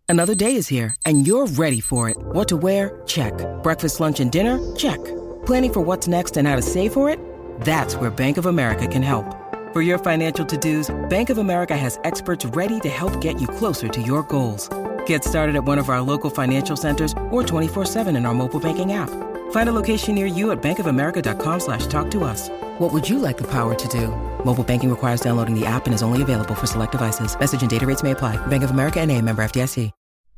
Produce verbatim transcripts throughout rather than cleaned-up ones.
Another day is here, and you're ready for it. What to wear? Check. Breakfast, lunch, and dinner? Check. Planning for what's next and how to save for it? That's where Bank of America can help. For your financial to-dos, Bank of America has experts ready to help get you closer to your goals. Get started at one of our local financial centers or twenty-four seven in our mobile banking app. Find a location near you at bankofamerica.com slash talk to us. What would you like the power to do? Mobile banking requires downloading the app and is only available for select devices. Message and data rates may apply. Bank of America N A, member F D I C.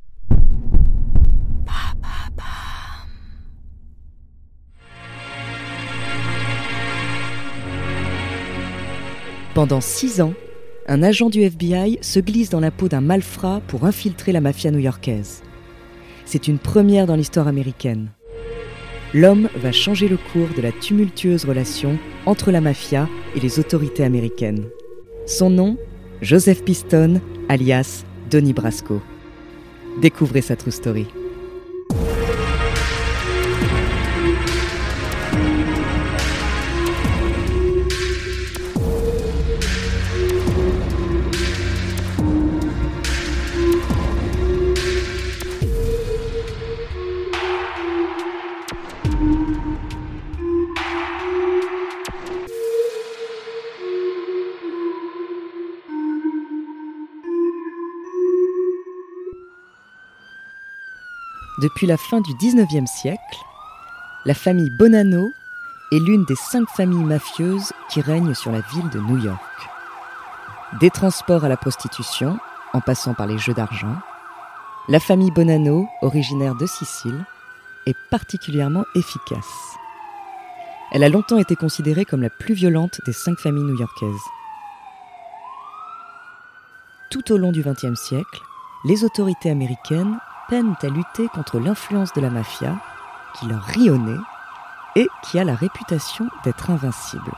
Pendant six ans, un agent du F B I se glisse dans la peau d'un malfrat pour infiltrer la mafia new-yorkaise. C'est une première dans l'histoire américaine. L'homme va changer le cours de la tumultueuse relation entre la mafia et les autorités américaines. Son nom, Joseph Piston, alias Donnie Brasco. Découvrez sa true story. Depuis la fin du dix-neuvième siècle, la famille Bonanno est l'une des cinq familles mafieuses qui règnent sur la ville de New York. Des transports à la prostitution, en passant par les jeux d'argent, la famille Bonanno, originaire de Sicile, est particulièrement efficace. Elle a longtemps été considérée comme la plus violente des cinq familles new-yorkaises. Tout au long du vingtième siècle, les autorités américaines peinent à lutter contre l'influence de la mafia, qui leur rit au nez et qui a la réputation d'être invincible.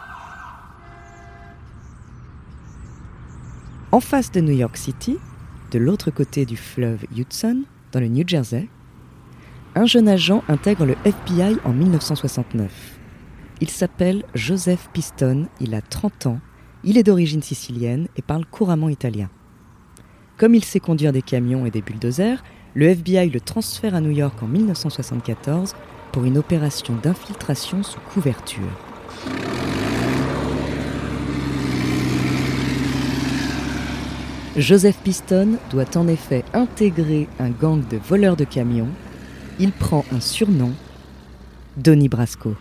En face de New York City, de l'autre côté du fleuve Hudson, dans le New Jersey, un jeune agent intègre le F B I en dix-neuf cent soixante-neuf. Il s'appelle Joseph Piston, il a trente ans, il est d'origine sicilienne et parle couramment italien. Comme il sait conduire des camions et des bulldozers, le F B I le transfère à New York en dix-neuf cent soixante-quatorze pour une opération d'infiltration sous couverture. Joseph Piston doit en effet intégrer un gang de voleurs de camions. Il prend un surnom, Donnie Brasco.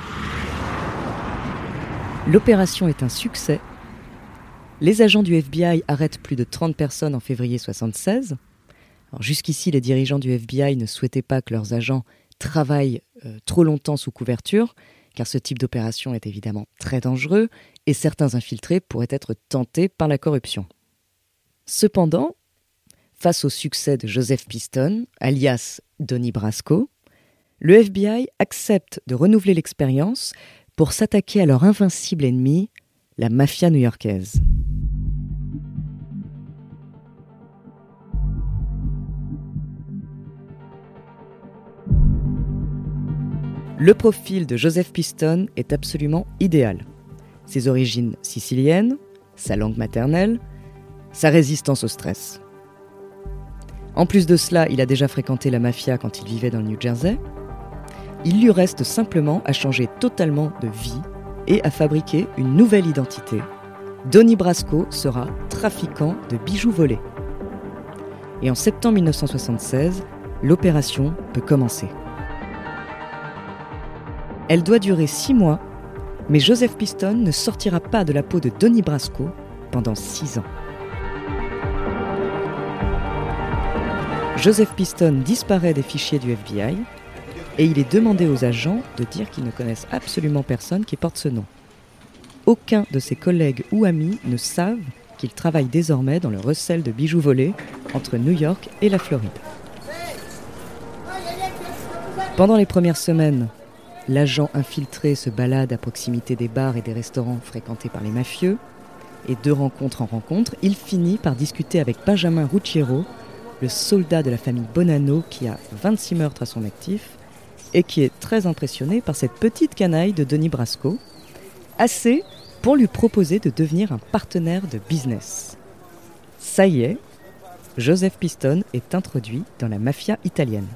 L'opération est un succès. Les agents du F B I arrêtent plus de trente personnes en février soixante-seize. Alors jusqu'ici, les dirigeants du F B I ne souhaitaient pas que leurs agents travaillent euh, trop longtemps sous couverture, car ce type d'opération est évidemment très dangereux et certains infiltrés pourraient être tentés par la corruption. Cependant, face au succès de Joseph Piston, alias Donnie Brasco, le F B I accepte de renouveler l'expérience pour s'attaquer à leur invincible ennemi, la mafia new-yorkaise. Le profil de Joseph Piston est absolument idéal. Ses origines siciliennes, sa langue maternelle, sa résistance au stress. En plus de cela, il a déjà fréquenté la mafia quand il vivait dans le New Jersey. Il lui reste simplement à changer totalement de vie et à fabriquer une nouvelle identité. Donnie Brasco sera trafiquant de bijoux volés. Et en septembre dix-neuf cent soixante-seize, l'opération peut commencer. Elle doit durer six mois, mais Joseph Piston ne sortira pas de la peau de Donnie Brasco pendant six ans. Joseph Piston disparaît des fichiers du F B I et il est demandé aux agents de dire qu'ils ne connaissent absolument personne qui porte ce nom. Aucun de ses collègues ou amis ne savent qu'il travaille désormais dans le recel de bijoux volés entre New York et la Floride. Pendant les premières semaines, l'agent infiltré se balade à proximité des bars et des restaurants fréquentés par les mafieux. Et de rencontre en rencontre, il finit par discuter avec Benjamin Ruggiero, le soldat de la famille Bonanno qui a vingt-six meurtres à son actif et qui est très impressionné par cette petite canaille de Donnie Brasco, assez pour lui proposer de devenir un partenaire de business. Ça y est, Joseph Pistone est introduit dans la mafia italienne.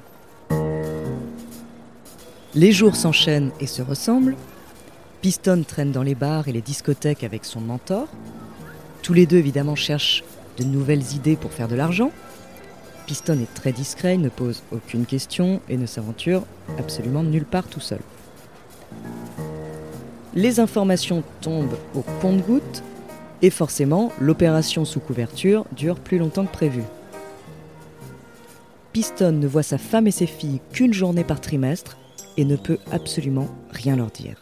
Les jours s'enchaînent et se ressemblent. Pistone traîne dans les bars et les discothèques avec son mentor. Tous les deux, évidemment, cherchent de nouvelles idées pour faire de l'argent. Pistone est très discret, il ne pose aucune question et ne s'aventure absolument nulle part tout seul. Les informations tombent au compte-gouttes et forcément, l'opération sous couverture dure plus longtemps que prévu. Pistone ne voit sa femme et ses filles qu'une journée par trimestre et ne peut absolument rien leur dire.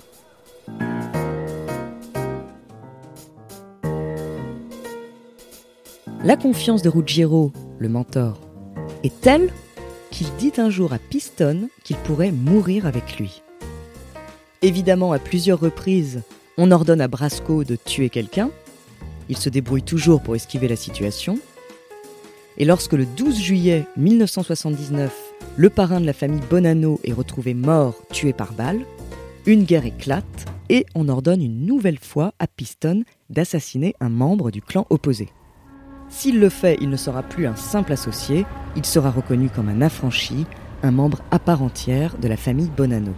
La confiance de Ruggiero, le mentor, est telle qu'il dit un jour à Pistone qu'il pourrait mourir avec lui. Évidemment, à plusieurs reprises, on ordonne à Brasco de tuer quelqu'un. Il se débrouille toujours pour esquiver la situation. Et lorsque le douze juillet mille neuf cent soixante-dix-neuf, le parrain de la famille Bonanno est retrouvé mort, tué par balle, une guerre éclate et on ordonne une nouvelle fois à Pistone d'assassiner un membre du clan opposé. S'il le fait, il ne sera plus un simple associé, il sera reconnu comme un affranchi, un membre à part entière de la famille Bonanno.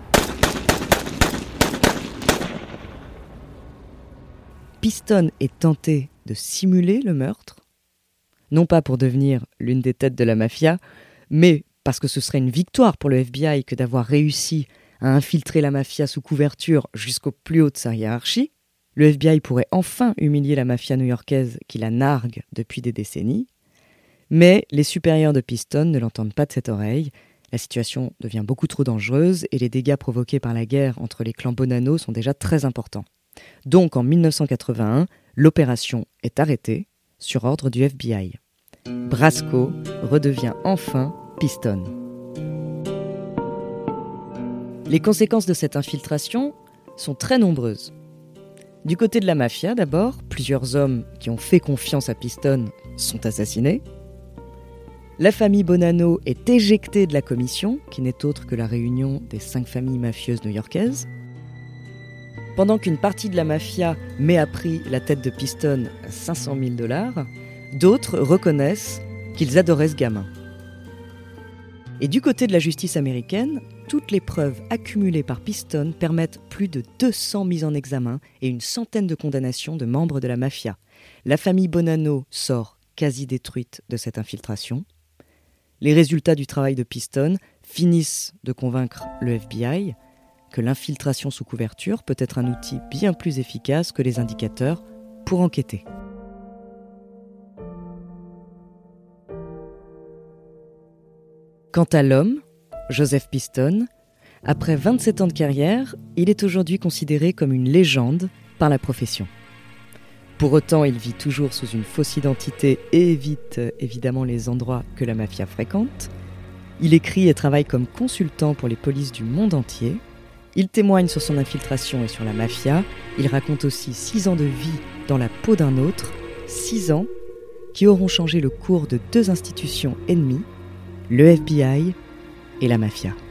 Pistone est tenté de simuler le meurtre, non pas pour devenir l'une des têtes de la mafia, mais parce que ce serait une victoire pour le F B I que d'avoir réussi à infiltrer la mafia sous couverture jusqu'au plus haut de sa hiérarchie. Le F B I pourrait enfin humilier la mafia new-yorkaise qui la nargue depuis des décennies. Mais les supérieurs de Pistone ne l'entendent pas de cette oreille. La situation devient beaucoup trop dangereuse et les dégâts provoqués par la guerre entre les clans Bonanno sont déjà très importants. Donc en mille neuf cent quatre-vingt-un, l'opération est arrêtée sur ordre du F B I. Brasco redevient enfin Pistone. Les conséquences de cette infiltration sont très nombreuses. Du côté de la mafia, d'abord, plusieurs hommes qui ont fait confiance à Pistone sont assassinés. La famille Bonanno est éjectée de la commission, qui n'est autre que la réunion des cinq familles mafieuses new-yorkaises. Pendant qu'une partie de la mafia met à prix la tête de Pistone à cinq cent mille dollars, d'autres reconnaissent qu'ils adoraient ce gamin. Et du côté de la justice américaine, toutes les preuves accumulées par Pistone permettent plus de deux cents mises en examen et une centaine de condamnations de membres de la mafia. La famille Bonanno sort quasi détruite de cette infiltration. Les résultats du travail de Pistone finissent de convaincre le F B I que l'infiltration sous couverture peut être un outil bien plus efficace que les indicateurs pour enquêter. Quant à l'homme, Joseph Pistone, après vingt-sept ans de carrière, il est aujourd'hui considéré comme une légende par la profession. Pour autant, il vit toujours sous une fausse identité et évite évidemment les endroits que la mafia fréquente. Il écrit et travaille comme consultant pour les polices du monde entier. Il témoigne sur son infiltration et sur la mafia. Il raconte aussi six ans de vie dans la peau d'un autre, six ans qui auront changé le cours de deux institutions ennemies, le F B I et la mafia.